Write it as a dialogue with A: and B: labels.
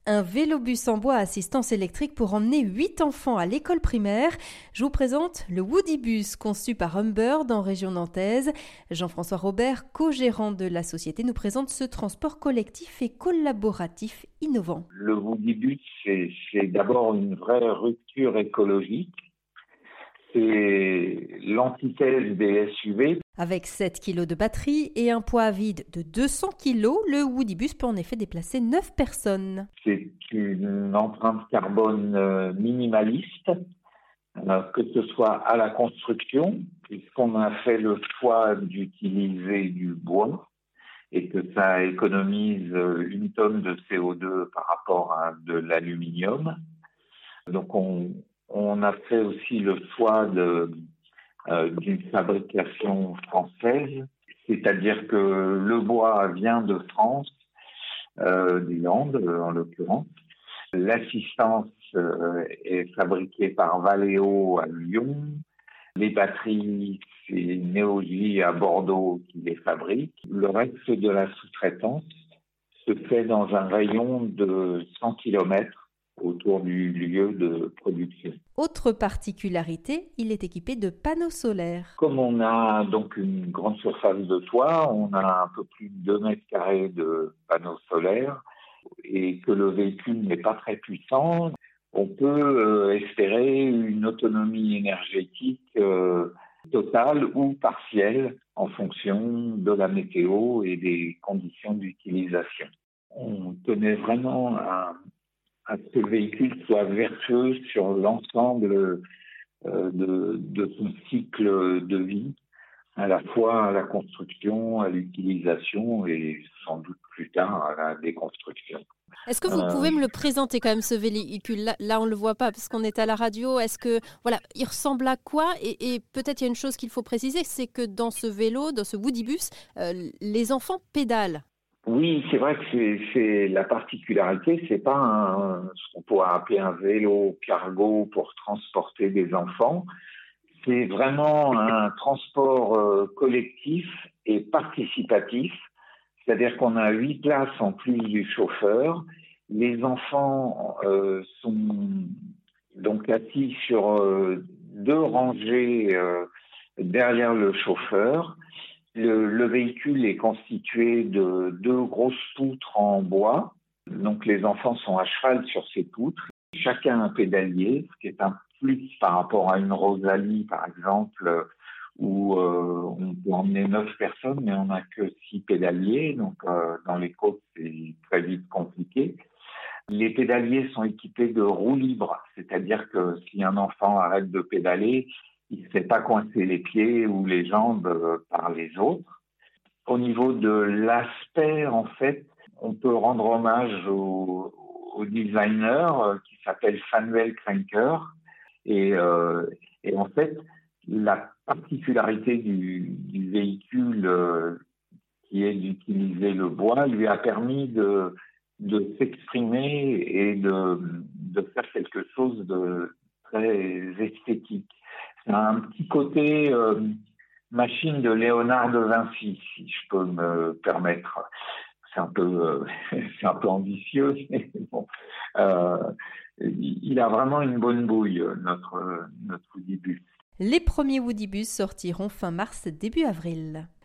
A: Un vélobus en bois à assistance électrique pour emmener 8 enfants à l'école primaire. Je vous présente le Woodybus, conçu par Humbird en région nantaise. Jean-François Robert, co-gérant de la société, nous présente ce transport collectif et collaboratif innovant.
B: Le Woodybus, c'est d'abord une vraie rupture écologique. C'est l'antithèse des SUV.
A: Avec 7 kg de batterie et un poids vide de 200 kg, le Woodybus peut en effet déplacer 9 personnes.
B: C'est une empreinte carbone minimaliste, que ce soit à la construction, puisqu'on a fait le choix d'utiliser du bois et que ça économise 1 tonne de CO2 par rapport à de l'aluminium. Donc on a fait aussi le choix d'une fabrication française, c'est-à-dire que le bois vient de France, des Landes en l'occurrence. L'assistance est fabriquée par Valeo à Lyon. Les batteries, c'est Neogy à Bordeaux qui les fabrique. Le reste de la sous-traitance se fait dans un rayon de 100 km autour du lieu de production.
A: Autre particularité, il est équipé de panneaux solaires.
B: Comme on a donc une grande surface de toit, on a un peu plus de 2 mètres carrés de panneaux solaires et que le véhicule n'est pas très puissant, on peut espérer une autonomie énergétique totale ou partielle en fonction de la météo et des conditions d'utilisation. On tenait vraiment à ce que le véhicule soit vertueux sur l'ensemble de son cycle de vie, à la fois à la construction, à l'utilisation et sans doute plus tard à la déconstruction.
A: Est-ce que vous pouvez me le présenter quand même, ce véhicule ? Là, on ne le voit pas parce qu'on est à la radio. Est-ce que, il ressemble à quoi ? Et peut-être il y a une chose qu'il faut préciser, c'est que dans ce vélo, dans ce Woodybus, les enfants pédalent.
B: Oui, c'est vrai que c'est la particularité, c'est pas ce qu'on pourrait appeler un vélo cargo pour transporter des enfants. C'est vraiment un transport collectif et participatif, c'est-à-dire qu'on a 8 places en plus du chauffeur. Les enfants sont donc assis sur 2 rangées derrière le chauffeur. Le véhicule est constitué de 2 grosses poutres en bois. Donc les enfants sont à cheval sur ces poutres. Chacun un pédalier, ce qui est un plus par rapport à une Rosalie, par exemple, où on peut emmener 9 personnes, mais on n'a que 6 pédaliers. Donc dans les côtes, c'est très vite compliqué. Les pédaliers sont équipés de roues libres, c'est-à-dire que si un enfant arrête de pédaler, il ne se fait pas coincer les pieds ou les jambes par les autres. Au niveau de l'aspect, en fait, on peut rendre hommage au designer qui s'appelle Fanuel Krenker. Et en fait, la particularité du véhicule qui est d'utiliser le bois lui a permis de s'exprimer et de faire quelque chose de très esthétique. C'est un petit côté machine de Léonard de Vinci, si je peux me permettre. C'est un peu ambitieux, mais bon. Il a vraiment une bonne bouille, notre Woodybus.
A: Les premiers Woodybus sortiront fin mars, début avril.